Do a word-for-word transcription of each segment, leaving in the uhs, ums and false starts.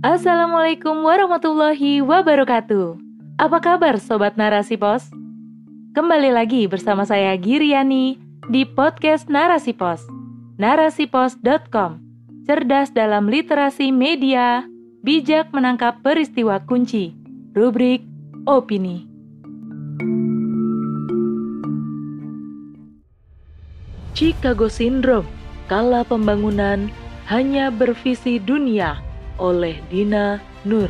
Assalamualaikum warahmatullahi wabarakatuh. Apa kabar Sobat Narasi Pos? Kembali lagi bersama saya Giriani di podcast Narasi Pos, narasipos dot com. Cerdas dalam literasi media, bijak menangkap peristiwa kunci. Rubrik Opini. Chicago Syndrome, Kala Pembangunan Hanya Bervisi Dunia, oleh Dina Nur.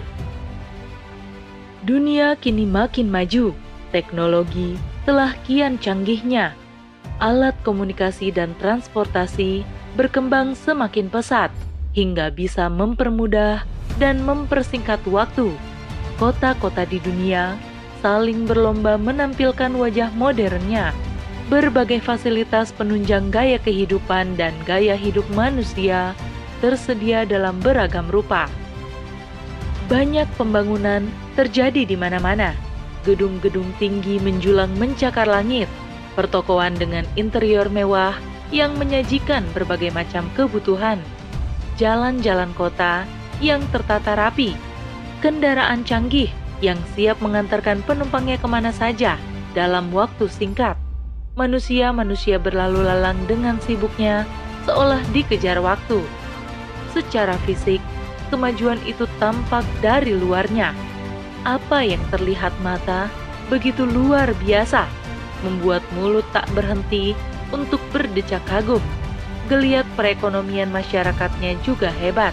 Dunia kini makin maju, teknologi telah kian canggihnya. Alat komunikasi dan transportasi berkembang semakin pesat, hingga bisa mempermudah dan mempersingkat waktu. Kota-kota di dunia saling berlomba menampilkan wajah modernnya. Berbagai fasilitas penunjang gaya kehidupan dan gaya hidup manusia tersedia dalam beragam rupa. Banyak pembangunan terjadi di mana-mana. Gedung-gedung tinggi menjulang mencakar langit, pertokoan dengan interior mewah yang menyajikan berbagai macam kebutuhan, jalan-jalan kota yang tertata rapi, kendaraan canggih yang siap mengantarkan penumpangnya kemana saja dalam waktu singkat. Manusia-manusia berlalu lalang dengan sibuknya seolah dikejar waktu. Secara fisik, kemajuan itu tampak dari luarnya. Apa yang terlihat mata begitu luar biasa, membuat mulut tak berhenti untuk berdecak kagum. Geliat perekonomian masyarakatnya juga hebat.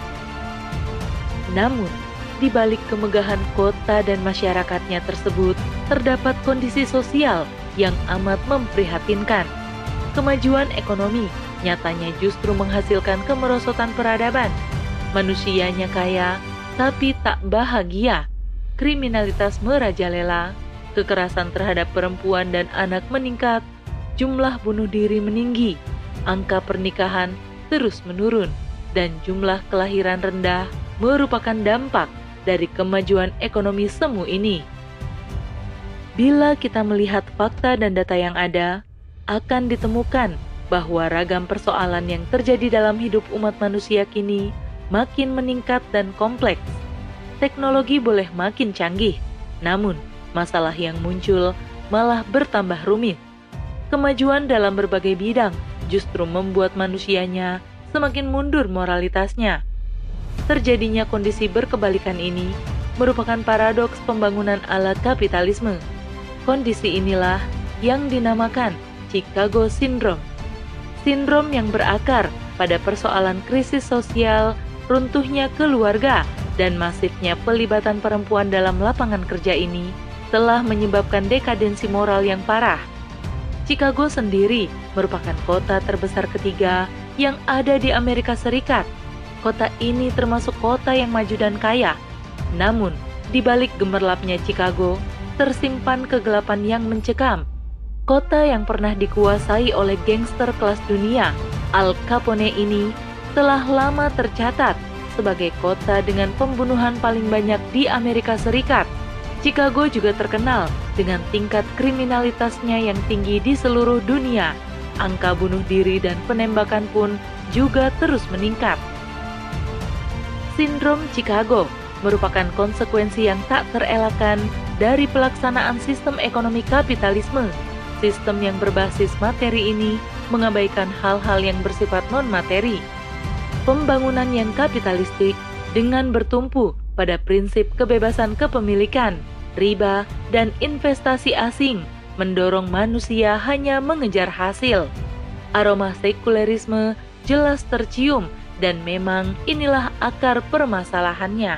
Namun, di balik kemegahan kota dan masyarakatnya tersebut, terdapat kondisi sosial yang amat memprihatinkan. Kemajuan ekonomi nyatanya justru menghasilkan kemerosotan peradaban. Manusianya kaya, tapi tak bahagia. Kriminalitas merajalela, kekerasan terhadap perempuan dan anak meningkat, jumlah bunuh diri meninggi, angka pernikahan terus menurun, dan jumlah kelahiran rendah merupakan dampak dari kemajuan ekonomi semu ini. Bila kita melihat fakta dan data yang ada, akan ditemukan bahwa ragam persoalan yang terjadi dalam hidup umat manusia kini makin meningkat dan kompleks. Teknologi boleh makin canggih, namun masalah yang muncul malah bertambah rumit. Kemajuan dalam berbagai bidang justru membuat manusianya semakin mundur moralitasnya. Terjadinya kondisi berkebalikan ini merupakan paradoks pembangunan ala kapitalisme. Kondisi inilah yang dinamakan Chicago Syndrome. Sindrom yang berakar pada persoalan krisis sosial, runtuhnya keluarga, dan masifnya pelibatan perempuan dalam lapangan kerja ini telah menyebabkan dekadensi moral yang parah. Chicago sendiri merupakan kota terbesar ketiga yang ada di Amerika Serikat. Kota ini termasuk kota yang maju dan kaya. Namun, di balik gemerlapnya Chicago, tersimpan kegelapan yang mencekam. Kota yang pernah dikuasai oleh gangster kelas dunia, Al Capone ini telah lama tercatat sebagai kota dengan pembunuhan paling banyak di Amerika Serikat. Chicago juga terkenal dengan tingkat kriminalitasnya yang tinggi di seluruh dunia. Angka bunuh diri dan penembakan pun juga terus meningkat. Sindrom Chicago merupakan konsekuensi yang tak terelakkan dari pelaksanaan sistem ekonomi kapitalisme. Sistem yang berbasis materi ini mengabaikan hal-hal yang bersifat non-materi. Pembangunan yang kapitalistik dengan bertumpu pada prinsip kebebasan kepemilikan, riba, dan investasi asing mendorong manusia hanya mengejar hasil. Aroma sekulerisme jelas tercium dan memang inilah akar permasalahannya.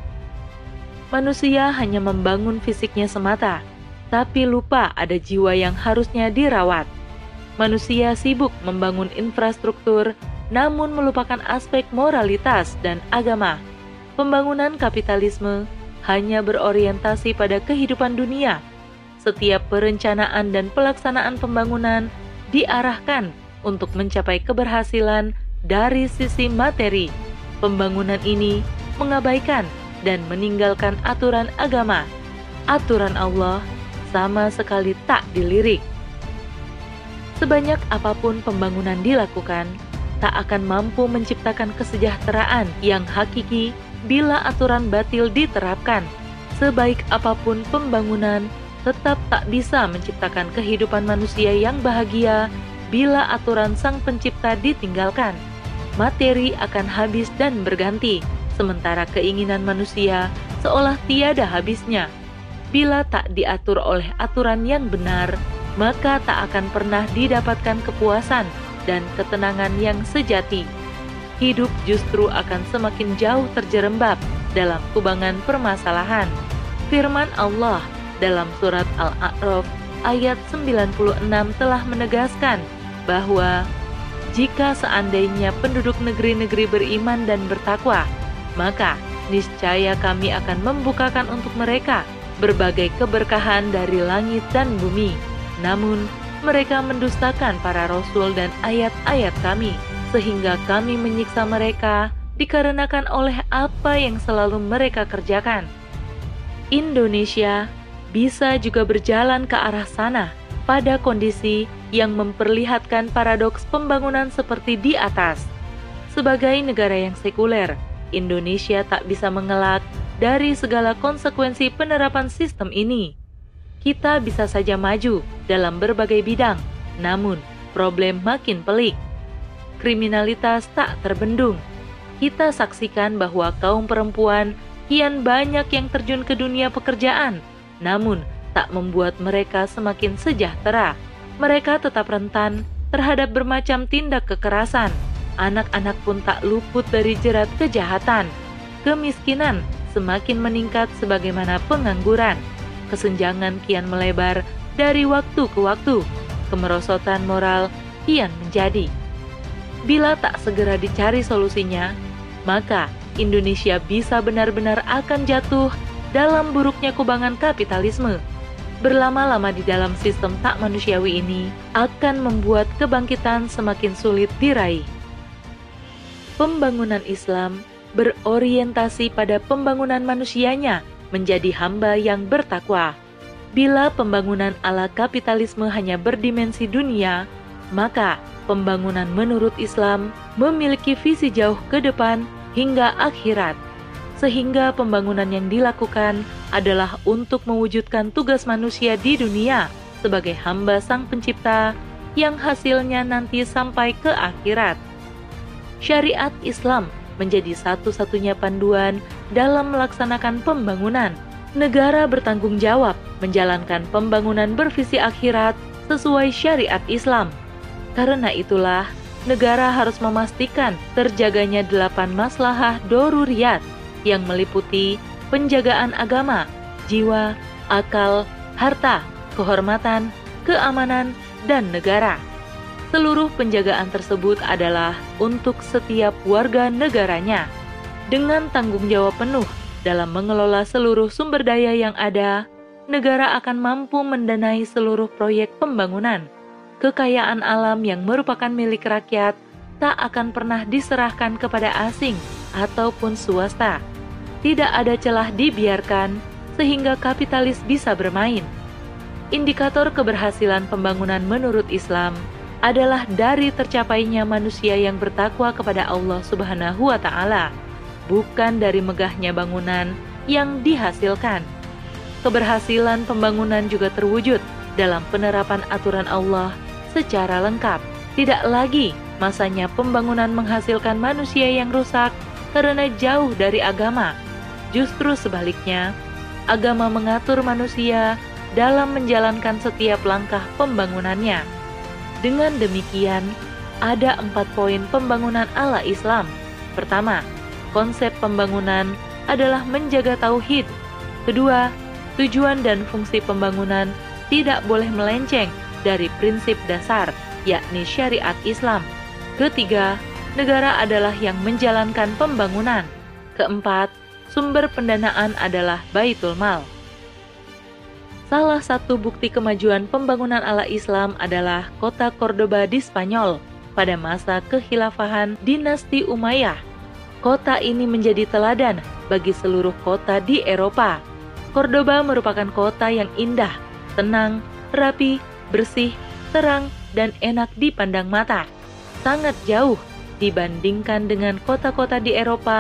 Manusia hanya membangun fisiknya semata, tapi lupa ada jiwa yang harusnya dirawat. Manusia sibuk membangun infrastruktur, namun melupakan aspek moralitas dan agama. Pembangunan kapitalisme hanya berorientasi pada kehidupan dunia. Setiap perencanaan dan pelaksanaan pembangunan diarahkan untuk mencapai keberhasilan dari sisi materi. Pembangunan ini mengabaikan dan meninggalkan aturan agama. Aturan Allah sama sekali tak dilirik. Sebanyak apapun pembangunan dilakukan, tak akan mampu menciptakan kesejahteraan yang hakiki bila aturan batil diterapkan. Sebaik apapun pembangunan, tetap tak bisa menciptakan kehidupan manusia yang bahagia bila aturan Sang Pencipta ditinggalkan. Materi akan habis dan berganti, sementara keinginan manusia seolah tiada habisnya. Bila tak diatur oleh aturan yang benar, maka tak akan pernah didapatkan kepuasan dan ketenangan yang sejati. Hidup justru akan semakin jauh terjerembab dalam kubangan permasalahan. Firman Allah dalam surat Al-A'raf ayat sembilan puluh enam telah menegaskan bahwa jika seandainya penduduk negeri-negeri beriman dan bertakwa, maka niscaya kami akan membukakan untuk mereka berbagai keberkahan dari langit dan bumi. Namun, mereka mendustakan para rasul dan ayat-ayat kami, sehingga kami menyiksa mereka dikarenakan oleh apa yang selalu mereka kerjakan. Indonesia bisa juga berjalan ke arah sana pada kondisi yang memperlihatkan paradoks pembangunan seperti di atas. Sebagai negara yang sekuler, Indonesia tak bisa mengelak dari segala konsekuensi penerapan sistem ini. Kita bisa saja maju dalam berbagai bidang, namun problem makin pelik. Kriminalitas tak terbendung. Kita saksikan bahwa kaum perempuan kian banyak yang terjun ke dunia pekerjaan, namun tak membuat mereka semakin sejahtera. Mereka tetap rentan terhadap bermacam tindak kekerasan. Anak-anak pun tak luput dari jerat kejahatan. Kemiskinan semakin meningkat sebagaimana pengangguran. Kesenjangan kian melebar dari waktu ke waktu. Kemerosotan moral kian menjadi. Bila tak segera dicari solusinya, maka Indonesia bisa benar-benar akan jatuh dalam buruknya kubangan kapitalisme. Berlama-lama di dalam sistem tak manusiawi ini akan membuat kebangkitan semakin sulit diraih. Pembangunan Islam berorientasi pada pembangunan manusianya menjadi hamba yang bertakwa. Bila pembangunan ala kapitalisme hanya berdimensi dunia, maka pembangunan menurut Islam memiliki visi jauh ke depan hingga akhirat. Sehingga pembangunan yang dilakukan adalah untuk mewujudkan tugas manusia di dunia sebagai hamba Sang Pencipta yang hasilnya nanti sampai ke akhirat. Syariat Islam menjadi satu-satunya panduan dalam melaksanakan pembangunan. Negara bertanggung jawab menjalankan pembangunan bervisi akhirat sesuai syariat Islam. Karena itulah, negara harus memastikan terjaganya delapan maslahah doruriyat yang meliputi penjagaan agama, jiwa, akal, harta, kehormatan, keamanan, dan negara. Seluruh penjagaan tersebut adalah untuk setiap warga negaranya. Dengan tanggung jawab penuh dalam mengelola seluruh sumber daya yang ada, negara akan mampu mendanai seluruh proyek pembangunan. Kekayaan alam yang merupakan milik rakyat tak akan pernah diserahkan kepada asing ataupun swasta. Tidak ada celah dibiarkan sehingga kapitalis bisa bermain. Indikator keberhasilan pembangunan menurut Islam adalah dari tercapainya manusia yang bertakwa kepada Allah Subhanahu wa Ta'ala, bukan dari megahnya bangunan yang dihasilkan. Keberhasilan pembangunan juga terwujud dalam penerapan aturan Allah secara lengkap. Tidak lagi masanya pembangunan menghasilkan manusia yang rusak karena jauh dari agama. Justru sebaliknya, agama mengatur manusia dalam menjalankan setiap langkah pembangunannya. Dengan demikian, ada empat poin pembangunan ala Islam. Pertama, konsep pembangunan adalah menjaga tauhid. Kedua, tujuan dan fungsi pembangunan tidak boleh melenceng dari prinsip dasar, yakni syariat Islam. Ketiga, negara adalah yang menjalankan pembangunan. Keempat, sumber pendanaan adalah Baitul Mal. Salah satu bukti kemajuan pembangunan ala Islam adalah kota Cordoba di Spanyol pada masa kekhilafahan dinasti Umayyah. Kota ini menjadi teladan bagi seluruh kota di Eropa. Cordoba merupakan kota yang indah, tenang, rapi, bersih, terang, dan enak dipandang mata. Sangat jauh dibandingkan dengan kota-kota di Eropa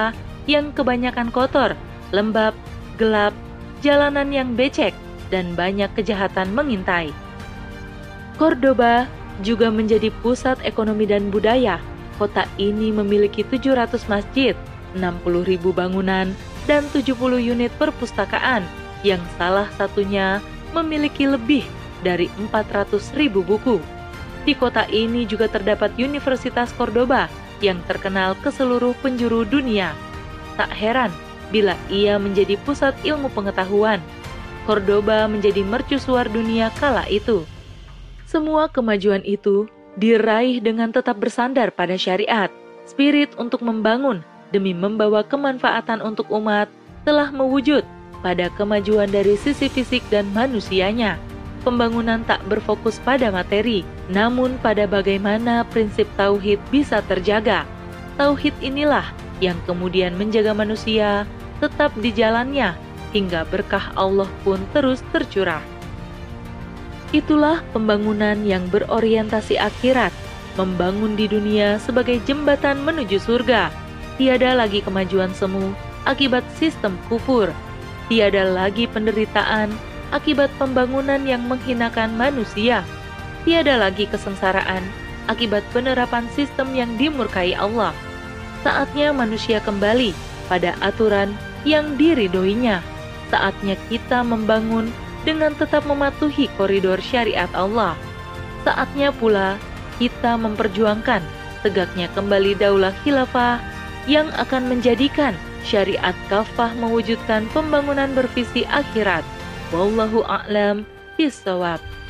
yang kebanyakan kotor, lembab, gelap, jalanan yang becek, dan banyak kejahatan mengintai. Cordoba juga menjadi pusat ekonomi dan budaya. Kota ini memiliki tujuh ratus masjid, enam puluh ribu bangunan, dan tujuh puluh unit perpustakaan, yang salah satunya memiliki lebih dari empat ratus ribu buku. Di kota ini juga terdapat Universitas Cordoba yang terkenal ke seluruh penjuru dunia. Tak heran bila ia menjadi pusat ilmu pengetahuan. Cordoba menjadi mercusuar dunia kala itu. Semua kemajuan itu diraih dengan tetap bersandar pada syariat. Spirit untuk membangun demi membawa kemanfaatan untuk umat telah mewujud pada kemajuan dari sisi fisik dan manusianya. Pembangunan tak berfokus pada materi, namun pada bagaimana prinsip tauhid bisa terjaga. Tauhid inilah yang kemudian menjaga manusia tetap di jalannya, hingga berkah Allah pun terus tercurah. Itulah pembangunan yang berorientasi akhirat, membangun di dunia sebagai jembatan menuju surga. Tiada lagi kemajuan semu akibat sistem kufur. Tiada lagi penderitaan akibat pembangunan yang menghinakan manusia. Tiada lagi kesengsaraan akibat penerapan sistem yang dimurkai Allah. Saatnya manusia kembali pada aturan yang diridhoinya. Saatnya kita membangun dengan tetap mematuhi koridor syariat Allah. Saatnya pula kita memperjuangkan tegaknya kembali daulah khilafah yang akan menjadikan syariat kafah mewujudkan pembangunan bervisi akhirat. Wallahu a'lam bishawab.